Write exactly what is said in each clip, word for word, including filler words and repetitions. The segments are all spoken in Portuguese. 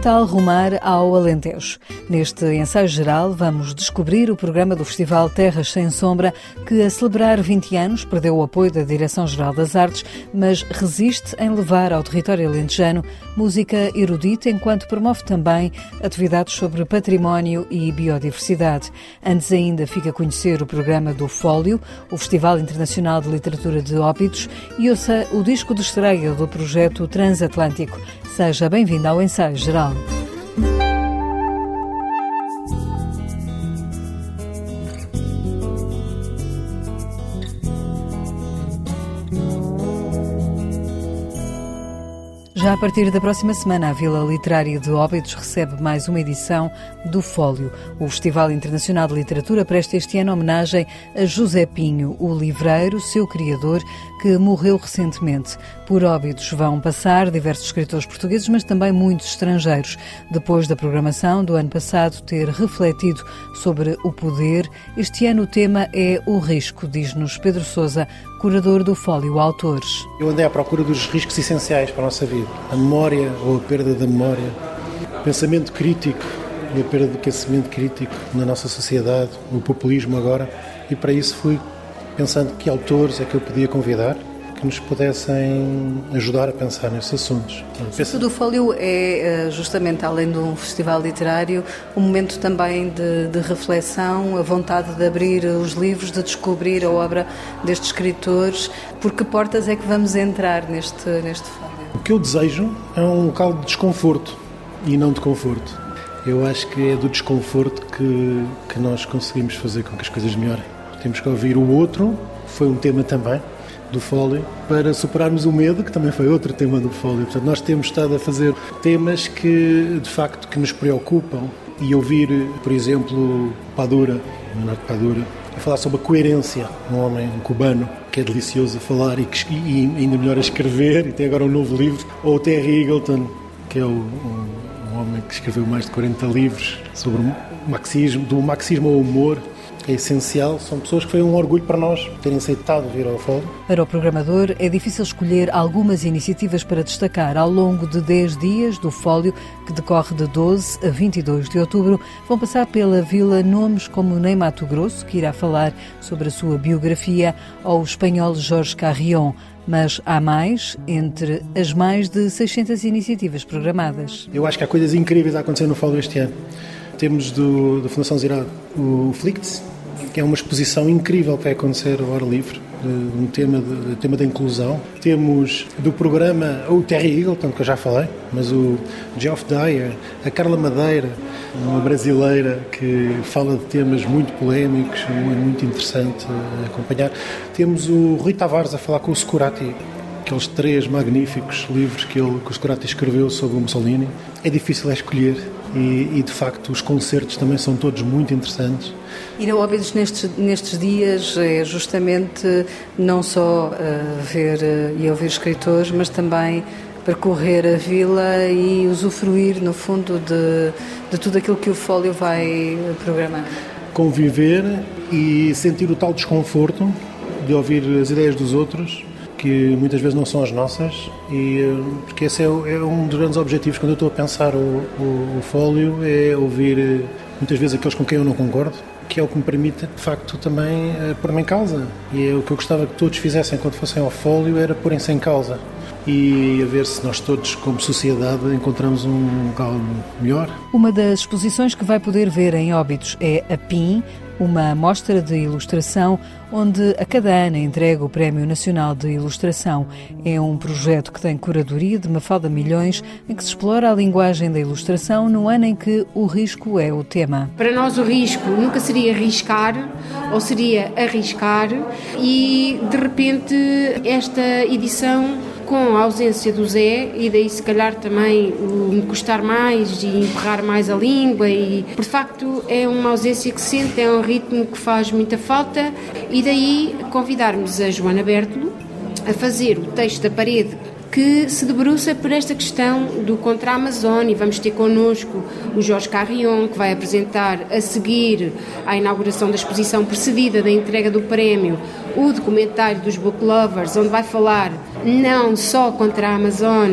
Natal rumar ao Alentejo. Neste ensaio geral vamos descobrir o programa do Festival Terras Sem Sombra, que a celebrar vinte anos perdeu o apoio da Direção-Geral das Artes, mas resiste em levar ao território alentejano música erudita, enquanto promove também atividades sobre património e biodiversidade. Antes ainda fica a conhecer o programa do Fólio, o Festival Internacional de Literatura de Óbidos, e ouça o disco de estreia do projeto Transatlântico. Seja bem-vindo ao Ensaio Geral. Já a partir da próxima semana, a Vila Literária de Óbidos recebe mais uma edição do Fólio. O Festival Internacional de Literatura presta este ano homenagem a José Pinho, o livreiro, seu criador, que morreu recentemente. Por Óbidos vão passar diversos escritores portugueses, mas também muitos estrangeiros. Depois da programação do ano passado ter refletido sobre o poder, este ano o tema é o risco, diz-nos Pedro Sousa, curador do Fólio Autores. Eu andei à procura dos riscos essenciais para a nossa vida. A memória ou a perda da memória, o pensamento crítico e a perda do pensamento crítico na nossa sociedade, o populismo agora, e para isso fui pensando que autores é que eu podia convidar que nos pudessem ajudar a pensar nesses assuntos. O do Fólio é, justamente, além de um festival literário, um momento também de, de reflexão, a vontade de abrir os livros, de descobrir a obra destes escritores. Por que portas é que vamos entrar neste, neste Fólio? O que eu desejo é um local de desconforto e não de conforto. Eu acho que é do desconforto que, que nós conseguimos fazer com que as coisas melhorem. Temos que ouvir o outro, foi um tema também do Fólio, para superarmos o medo, que também foi outro tema do Fólio. Portanto, nós temos estado a fazer temas que, de facto, que nos preocupam, e ouvir, por exemplo, Padura, Leonardo Padura, a falar sobre a coerência, um homem cubano que é delicioso a falar e, que, e ainda melhor a escrever, e tem agora um novo livro, ou o Terry Eagleton, que é o, um, um homem que escreveu mais de quarenta livros sobre o marxismo, do marxismo ao humor. É essencial, são pessoas que foi um orgulho para nós terem aceitado vir ao Fólio. Para o programador é difícil escolher algumas iniciativas para destacar. Ao longo de dez dias do Fólio, que decorre de doze a vinte e dois de outubro, vão passar pela vila nomes como Ney Matogrosso, que irá falar sobre a sua biografia, ou o espanhol Jorge Carrion. Mas há mais, entre as mais de seiscentas iniciativas programadas. Eu acho que há coisas incríveis a acontecer no Fólio este ano. Temos do, da Fundação Zirado o Flicts, que é uma exposição incrível que vai acontecer ao ar livre, de um tema, de, de tema da inclusão. Temos do programa o Terry Eagleton, que eu já falei, mas o Geoff Dyer, a Carla Madeira, uma brasileira que fala de temas muito polémicos, muito interessante a acompanhar. Temos o Rui Tavares a falar com o Securati, aqueles três magníficos livros que, ele, que o Securati escreveu sobre o Mussolini. É difícil escolher e, e, de facto, os concertos também são todos muito interessantes. Ir a Óbidos nestes, nestes dias é justamente não só uh, ver uh, e ouvir escritores, mas também percorrer a vila e usufruir, no fundo, de, de tudo aquilo que o Fólio vai programar. Conviver e sentir o tal desconforto de ouvir as ideias dos outros, que muitas vezes não são as nossas, e, porque esse é, é um dos grandes objetivos quando eu estou a pensar o, o, o Fólio, é ouvir muitas vezes aqueles com quem eu não concordo, que é o que me permite, de facto, também pôr-me em causa. E é o que eu gostava que todos fizessem quando fossem ao Fólio, era porem-se em causa. E a ver se nós todos, como sociedade, encontramos um local melhor. Uma das exposições que vai poder ver em Óbidos é a P I N, uma mostra de ilustração onde a cada ano é entregue o Prémio Nacional de Ilustração. É um projeto que tem curadoria de Mafalda Milhões, em que se explora a linguagem da ilustração no ano em que o risco é o tema. Para nós o risco nunca seria riscar, ou seria arriscar, e de repente esta edição, com a ausência do Zé, e daí se calhar também o encostar mais e emperrar mais a língua, e por facto é uma ausência que se sente, é um ritmo que faz muita falta, e daí convidarmos a Joana Bertolo a fazer o texto da parede que se debruça por esta questão do contra a Amazónia, e vamos ter connosco o Jorge Carrion, que vai apresentar a seguir à inauguração da exposição precedida da entrega do prémio o documentário dos Book Lovers, onde vai falar não só contra a Amazónia,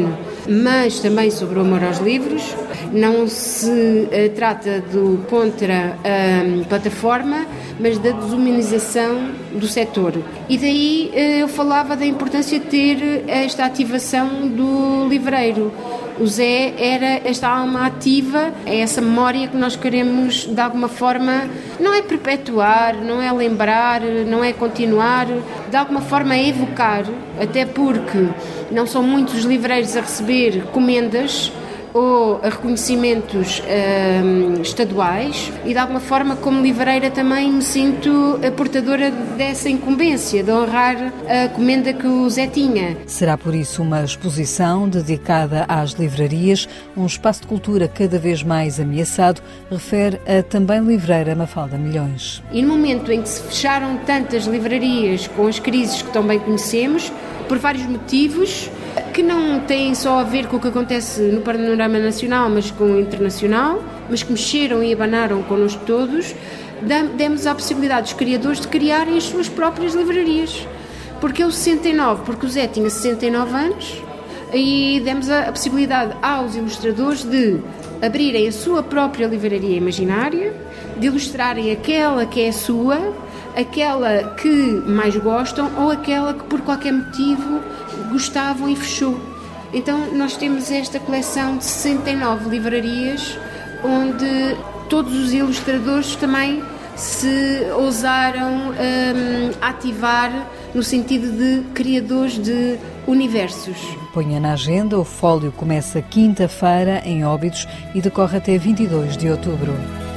mas também sobre o amor aos livros. Não se uh, trata do contra a plataforma, mas da desumanização do setor. E daí uh, eu falava da importância de ter esta ativação do livreiro. O Zé era esta alma ativa, é essa memória que nós queremos, de alguma forma, não é perpetuar, não é lembrar, não é continuar, de alguma forma é evocar, até porque não são muitos os livreiros a receber comendas ou a reconhecimentos hum, estaduais, e de alguma forma como livreira também me sinto a portadora dessa incumbência de honrar a comenda que o Zé tinha. Será por isso uma exposição dedicada às livrarias, um espaço de cultura cada vez mais ameaçado, refere a também livreira Mafalda Milhões. E no momento em que se fecharam tantas livrarias com as crises que tão bem conhecemos, por vários motivos, que não têm só a ver com o que acontece no panorama nacional, mas com o internacional, mas que mexeram e abanaram connosco todos, demos a possibilidade dos criadores de criarem as suas próprias livrarias. Porque eu sessenta e nove, porque o Zé tinha sessenta e nove anos, e demos a, a possibilidade aos ilustradores de abrirem a sua própria livraria imaginária, de ilustrarem aquela que é a sua, aquela que mais gostam ou aquela que por qualquer motivo gostavam e fechou. Então nós temos esta coleção de sessenta e nove livrarias onde todos os ilustradores também se ousaram um, ativar no sentido de criadores de universos. Ponha na agenda, o Fólio começa quinta-feira em Óbidos e decorre até vinte e dois de outubro.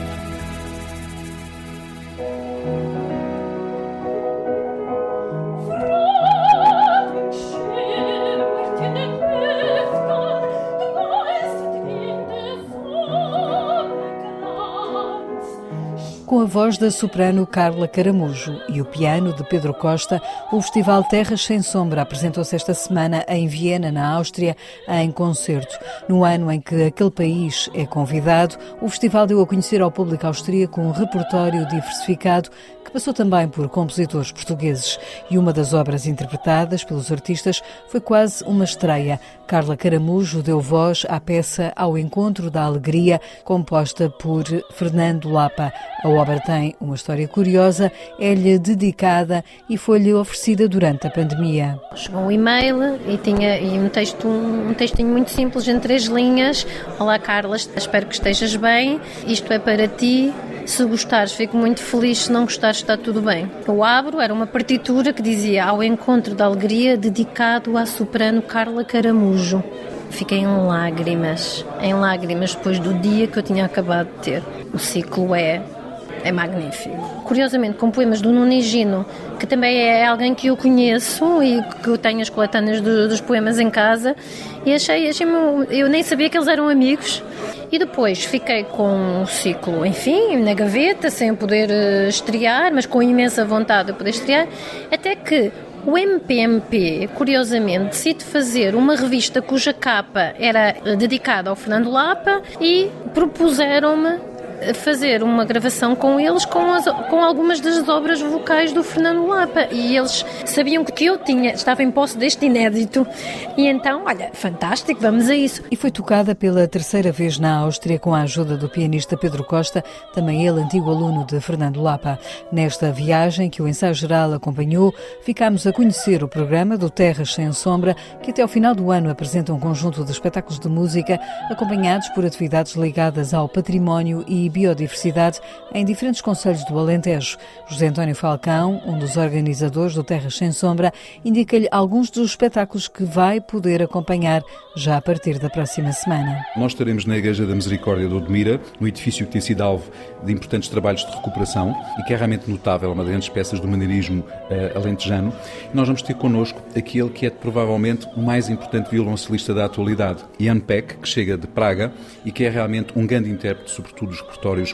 Com a voz da soprano Carla Caramujo e o piano de Pedro Costa, o Festival Terras Sem Sombra apresentou-se esta semana em Viena, na Áustria, em concerto. No ano em que aquele país é convidado, o festival deu a conhecer ao público austríaco um repertório diversificado que passou também por compositores portugueses. E uma das obras interpretadas pelos artistas foi quase uma estreia. Carla Caramujo deu voz à peça Ao Encontro da Alegria, composta por Fernando Lapa. A obra tem uma história curiosa, é-lhe dedicada e foi-lhe oferecida durante a pandemia. Chegou um e-mail e tinha e um, texto, um, um textinho muito simples, em três linhas. Olá Carla, espero que estejas bem, isto é para ti. Se gostares, fico muito feliz, se não gostares, está tudo bem. Eu abro, era uma partitura que dizia Ao Encontro da Alegria, dedicado à soprano Carla Caramujo. Fiquei em lágrimas, em lágrimas depois do dia que eu tinha acabado de ter. O ciclo é... é magnífico. Curiosamente, com poemas do Nuno Higino, que também é alguém que eu conheço e que eu tenho as coletâneas do, dos poemas em casa, e achei, achei eu nem sabia que eles eram amigos. E depois fiquei com o ciclo, enfim, na gaveta, sem poder estrear, mas com imensa vontade de poder estrear, até que o M P M P, curiosamente, decide fazer uma revista cuja capa era dedicada ao Fernando Lapa e propuseram-me fazer uma gravação com eles com, as, com algumas das obras vocais do Fernando Lapa, e eles sabiam que eu tinha, estava em posse deste inédito, e então, olha, fantástico, vamos a isso. E foi tocada pela terceira vez na Áustria com a ajuda do pianista Pedro Costa, também ele antigo aluno de Fernando Lapa. Nesta viagem que o Ensaio Geral acompanhou, ficámos a conhecer o programa do Terras Sem Sombra, que até ao final do ano apresenta um conjunto de espetáculos de música acompanhados por atividades ligadas ao património e biodiversidade em diferentes concelhos do Alentejo. José António Falcão, um dos organizadores do Terras Sem Sombra, indica-lhe alguns dos espetáculos que vai poder acompanhar já a partir da próxima semana. Nós estaremos na Igreja da Misericórdia de Odmira, um edifício que tem sido alvo de importantes trabalhos de recuperação e que é realmente notável, uma das grandes peças do maneirismo uh, alentejano. E nós vamos ter connosco aquele que é provavelmente o mais importante violoncelista da atualidade, Jan Peck, que chega de Praga e que é realmente um grande intérprete, sobretudo dos repertórios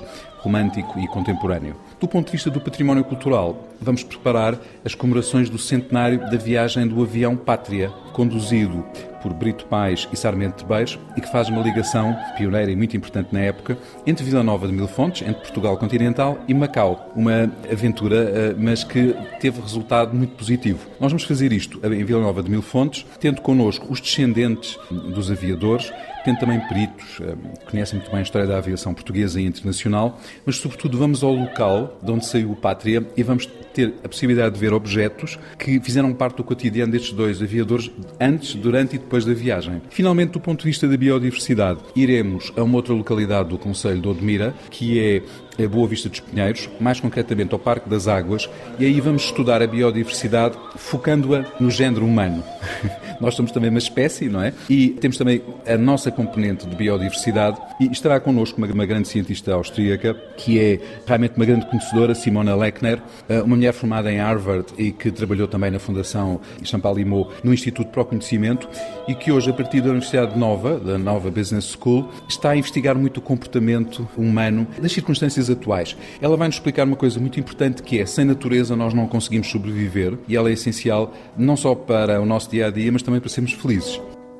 romântico e contemporâneo. Do ponto de vista do património cultural, vamos preparar as comemorações do centenário da viagem do avião Pátria, conduzido por Brito Pais e Sarmento de Beires, e que faz uma ligação pioneira e muito importante na época entre Vila Nova de Mil Fontes, entre Portugal continental e Macau. Uma aventura, mas que teve resultado muito positivo. Nós vamos fazer isto em Vila Nova de Mil Fontes, tendo connosco os descendentes dos aviadores, tendo também peritos, que conhecem muito bem a história da aviação portuguesa e internacional, mas sobretudo vamos ao local de onde saiu o Pátria e vamos ter a possibilidade de ver objetos que fizeram parte do cotidiano destes dois aviadores antes, durante e depois da viagem. Finalmente, do ponto de vista da biodiversidade, iremos a uma outra localidade do concelho de Odmira, que é a Boa Vista dos Pinheiros, mais concretamente ao Parque das Águas, e aí vamos estudar a biodiversidade focando-a no género humano. Nós somos também uma espécie, não é? E temos também a nossa componente de biodiversidade, e estará connosco uma, uma grande cientista austríaca, que é realmente uma grande conhecedora, Simona Lechner, uma mulher formada em Harvard e que trabalhou também na Fundação Champalimau, no Instituto para o Conhecimento, e que hoje, a partir da Universidade Nova, da Nova Business School, está a investigar muito o comportamento humano das circunstâncias atuais. Ela vai-nos explicar uma coisa muito importante, que é, sem natureza nós não conseguimos sobreviver, e ela é essencial não só para o nosso dia-a-dia, mas também para sermos felizes.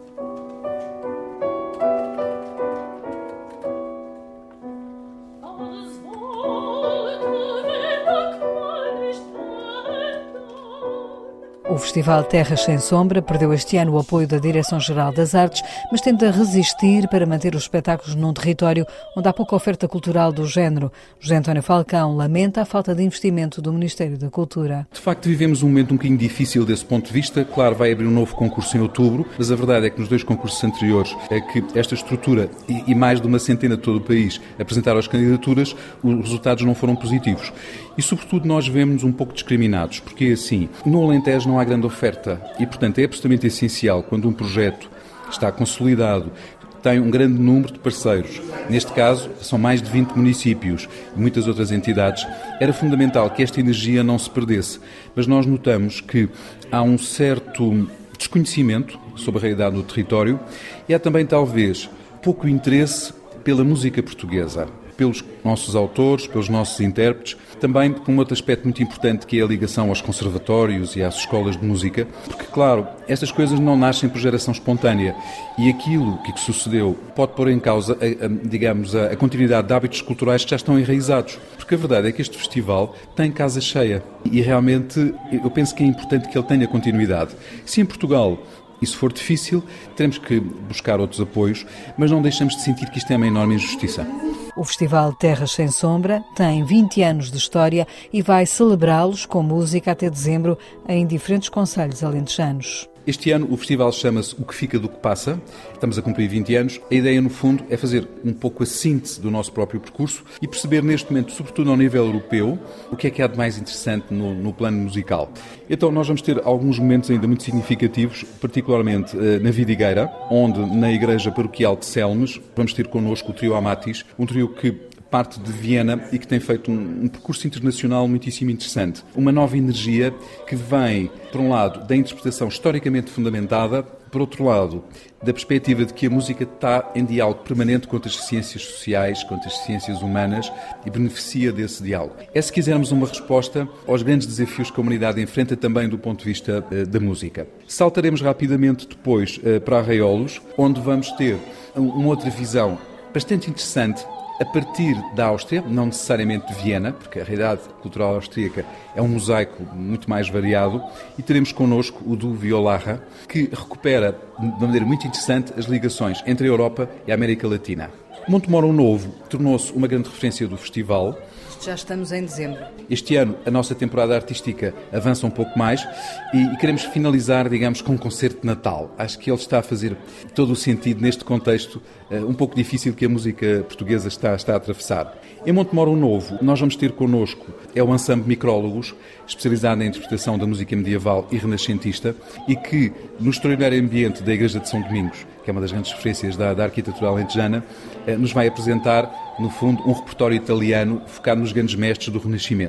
O Festival Terras Sem Sombra perdeu este ano o apoio da Direção-Geral das Artes, mas tenta resistir para manter os espetáculos num território onde há pouca oferta cultural do género. José António Falcão lamenta a falta de investimento do Ministério da Cultura. De facto, vivemos um momento um bocadinho difícil desse ponto de vista. Claro, vai abrir um novo concurso em outubro, mas a verdade é que nos dois concursos anteriores é que esta estrutura e, e mais de uma centena de todo o país apresentaram as candidaturas, os resultados não foram positivos. E, sobretudo, nós vemos um pouco discriminados, porque, assim, no Alentejo não há grande oferta e, portanto, é absolutamente essencial, quando um projeto está consolidado, tem um grande número de parceiros, neste caso são mais de vinte municípios e muitas outras entidades, era fundamental que esta energia não se perdesse. Mas nós notamos que há um certo desconhecimento sobre a realidade do território e há também, talvez, pouco interesse pela música portuguesa, pelos nossos autores, pelos nossos intérpretes, também por um outro aspecto muito importante, que é a ligação aos conservatórios e às escolas de música, porque, claro, estas coisas não nascem por geração espontânea e aquilo que sucedeu pode pôr em causa, a, a, digamos, a, a continuidade de hábitos culturais que já estão enraizados, porque a verdade é que este festival tem casa cheia e realmente eu penso que é importante que ele tenha continuidade. Se em Portugal isso for difícil, teremos que buscar outros apoios, mas não deixamos de sentir que isto é uma enorme injustiça. O Festival Terras Sem Sombra tem vinte anos de história e vai celebrá-los com música até dezembro em diferentes concelhos alentejanos. Este ano o festival chama-se O que Fica do que Passa. Estamos a cumprir vinte anos. A ideia, no fundo, é fazer um pouco a síntese do nosso próprio percurso e perceber neste momento, sobretudo ao nível europeu, o que é que há de mais interessante no, no plano musical. Então nós vamos ter alguns momentos ainda muito significativos, particularmente eh, na Vidigueira, onde na Igreja Paroquial de Selmes vamos ter connosco o trio Amatis, um trio que parte de Viena e que tem feito um, um percurso internacional muitíssimo interessante. Uma nova energia que vem, por um lado, da interpretação historicamente fundamentada, por outro lado, da perspectiva de que a música está em diálogo permanente com as ciências sociais, com as ciências humanas e beneficia desse diálogo. É, se quisermos, uma resposta aos grandes desafios que a humanidade enfrenta também do ponto de vista uh, da música. Saltaremos rapidamente depois uh, para Arraiolos, onde vamos ter um, uma outra visão bastante interessante a partir da Áustria, não necessariamente de Viena, porque a realidade cultural austríaca é um mosaico muito mais variado, e teremos connosco o duo Violarra, que recupera de maneira muito interessante as ligações entre a Europa e a América Latina. Montemoro Novo tornou-se uma grande referência do festival. Já estamos em dezembro. Este ano a nossa temporada artística avança um pouco mais e, e queremos finalizar, digamos, com um concerto de Natal. Acho que ele está a fazer todo o sentido neste contexto uh, um pouco difícil que a música portuguesa está, está a atravessar. Em Montemoro Novo nós vamos ter connosco é o ensemble Micrólogos, especializado na interpretação da música medieval e renascentista e que, no extraordinário ambiente da Igreja de São Domingos, que é uma das grandes referências da, da arquitetura alentejana, eh, nos vai apresentar, no fundo, um repertório italiano focado nos grandes mestres do Renascimento.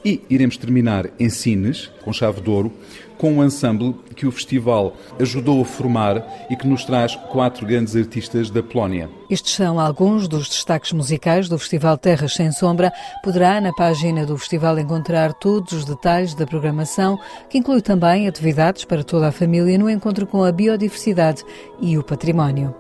E iremos terminar em Sines, com chave de ouro, com um ensemble que o festival ajudou a formar e que nos traz quatro grandes artistas da Polónia. Estes são alguns dos destaques musicais do Festival Terras Sem Sombra. Poderá, na página do festival, encontrar todos os detalhes da programação, que inclui também atividades para toda a família no encontro com a biodiversidade e o património.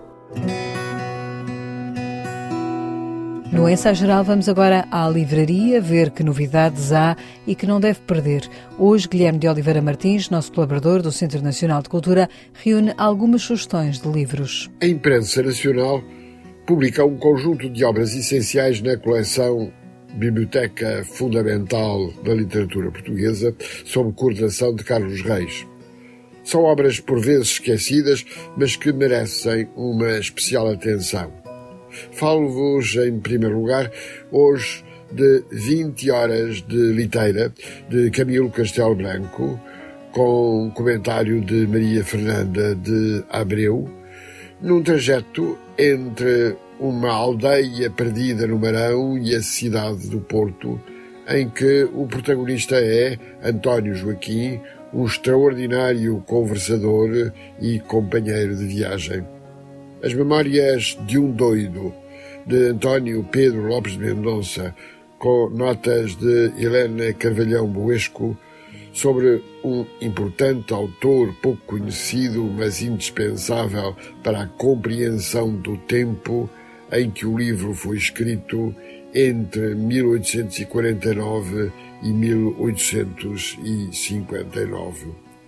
No Ensaio Geral vamos agora à livraria ver que novidades há e que não deve perder. Hoje, Guilherme de Oliveira Martins, nosso colaborador do Centro Nacional de Cultura, reúne algumas sugestões de livros. A imprensa nacional publica um conjunto de obras essenciais na coleção Biblioteca Fundamental da Literatura Portuguesa, sob coordenação de Carlos Reis. São obras por vezes esquecidas, mas que merecem uma especial atenção. Falo-vos, em primeiro lugar, hoje de vinte horas de liteira, de Camilo Castelo Branco, com comentário de Maria Fernanda de Abreu, num trajeto entre uma aldeia perdida no Marão e a cidade do Porto, em que o protagonista é António Joaquim, um extraordinário conversador e companheiro de viagem. As Memórias de um Doido, de António Pedro Lopes de Mendonça, com notas de Helena Carvalhão Boesco, sobre um importante autor pouco conhecido, mas indispensável para a compreensão do tempo em que o livro foi escrito entre mil oitocentos e quarenta e nove e mil oitocentos e cinquenta e nove.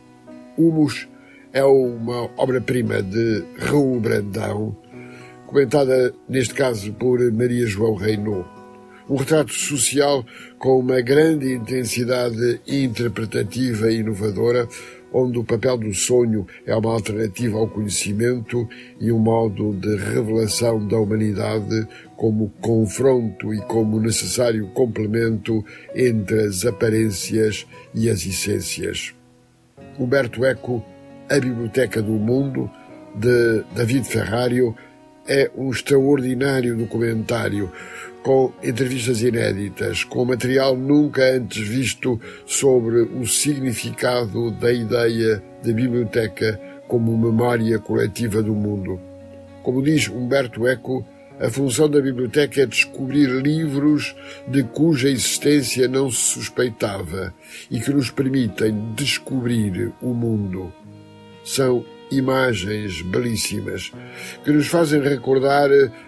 Humus é uma obra-prima de Raul Brandão, comentada neste caso por Maria João Reynaud. Um retrato social com uma grande intensidade interpretativa e inovadora, onde o papel do sonho é uma alternativa ao conhecimento e um modo de revelação da humanidade como confronto e como necessário complemento entre as aparências e as essências. Umberto Eco, A Biblioteca do Mundo, de David Ferrario, é um extraordinário documentário com entrevistas inéditas, com material nunca antes visto sobre o significado da ideia de biblioteca como memória coletiva do mundo. Como diz Umberto Eco, a função da biblioteca é descobrir livros de cuja existência não se suspeitava e que nos permitem descobrir o mundo. São imagens belíssimas que nos fazem recordar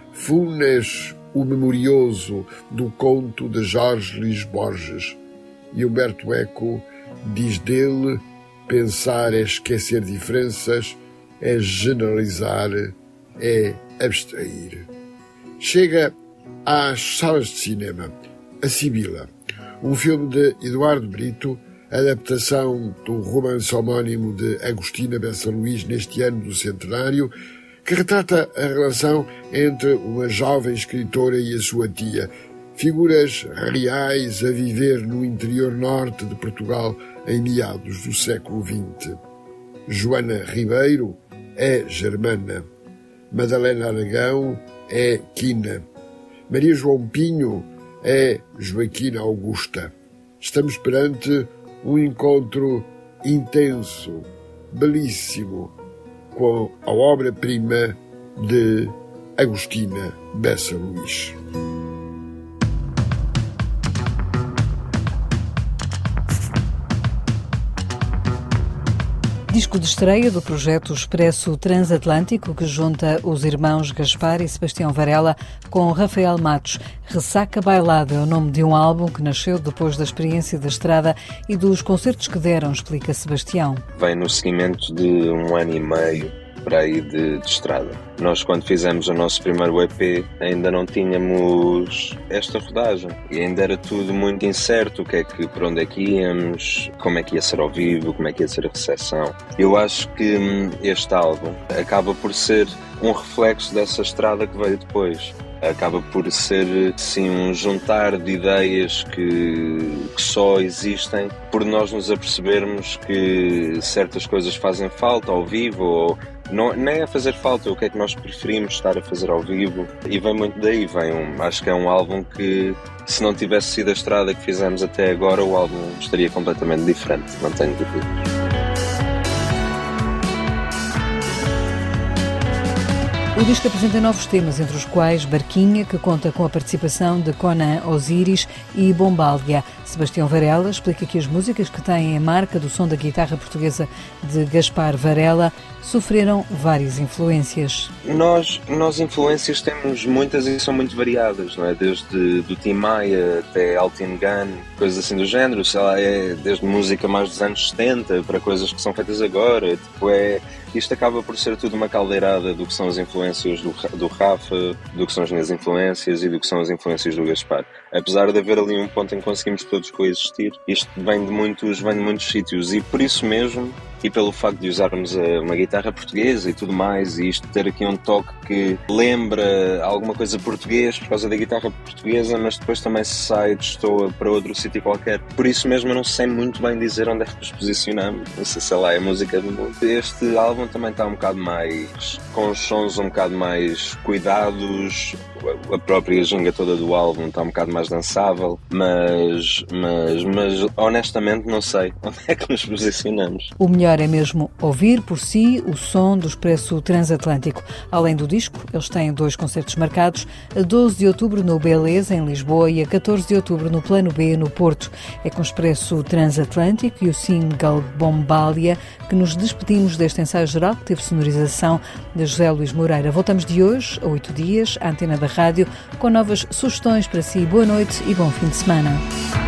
Funes, o memorioso, do conto de Jorge Luís Borges. E Umberto Eco diz dele: pensar é esquecer diferenças, é generalizar, é abstrair. Chega às salas de cinema A Sibila, um filme de Eduardo Brito, adaptação do romance homónimo de Agostina Bessa Luís neste ano do centenário, que retrata a relação entre uma jovem escritora e a sua tia, figuras reais a viver no interior norte de Portugal em meados do século vinte. Joana Ribeiro é Germana, Madalena Aragão é Quina, Maria João Pinho é Joaquina Augusta. Estamos perante um encontro intenso, belíssimo, com a obra-prima de Agostina Bessa Luís. Disco de estreia do projeto Expresso Transatlântico, que junta os irmãos Gaspar e Sebastião Varela com Rafael Matos. Ressaca Bailada é o nome de um álbum que nasceu depois da experiência da estrada e dos concertos que deram, explica Sebastião. Vem no seguimento de um ano e meio para aí de, de estrada. Nós, quando fizemos o nosso primeiro E P, ainda não tínhamos esta rodagem e ainda era tudo muito incerto, o que é que, por onde é que íamos, como é que ia ser ao vivo, como é que ia ser a recepção. Eu acho que este álbum acaba por ser um reflexo dessa estrada que veio depois. Acaba por ser, sim, um juntar de ideias que, que só existem por nós nos apercebermos que certas coisas fazem falta ao vivo, ou não, nem é fazer falta, o que é que nós preferimos estar a fazer ao vivo, e vem muito daí. Vem um, acho que é um álbum que, se não tivesse sido a estrada que fizemos até agora, o álbum estaria completamente diferente, não tenho dúvidas. O disco apresenta novos temas, entre os quais Barquinha, que conta com a participação de Conan Osiris e Bombalia. Sebastião Varela explica que as músicas que têm a marca do som da guitarra portuguesa de Gaspar Varela sofreram várias influências. Nós, nós influências temos muitas e são muito variadas, não é? Desde do Tim Maia até Elton Gun, coisas assim do género, sei lá, é desde música mais dos anos setenta para coisas que são feitas agora, tipo, é... Isto acaba por ser tudo uma caldeirada do que são as influências do, do Rafa, do que são as minhas influências e do que são as influências do Gaspar. Apesar de haver ali um ponto em que conseguimos todos coexistir, isto vem de muitos, vem de muitos sítios, e por isso mesmo, e pelo facto de usarmos uma guitarra portuguesa e tudo mais, e isto ter aqui um toque que lembra alguma coisa português por causa da guitarra portuguesa, mas depois também se sai, destoa para outro sítio qualquer. Por isso mesmo eu não sei muito bem dizer onde é que nos posicionamos. Não sei, sei lá, é música do mundo. Este álbum também está um bocado mais, com os sons um bocado mais cuidados, a própria ginga toda do álbum está um bocado mais dançável, mas, mas, mas honestamente não sei onde é que nos posicionamos. O melhor é mesmo ouvir por si o som do Expresso Transatlântico. Além do disco, eles têm dois concertos marcados, a doze de outubro no Beleza, em Lisboa, e a catorze de outubro no Plano B, no Porto. É com o Expresso Transatlântico e o single Bombalia que nos despedimos deste ensaio geral, que teve sonorização de José Luís Moreira. Voltamos de hoje a oito dias, à antena da rádio, com novas sugestões para si. Boa noite e bom fim de semana.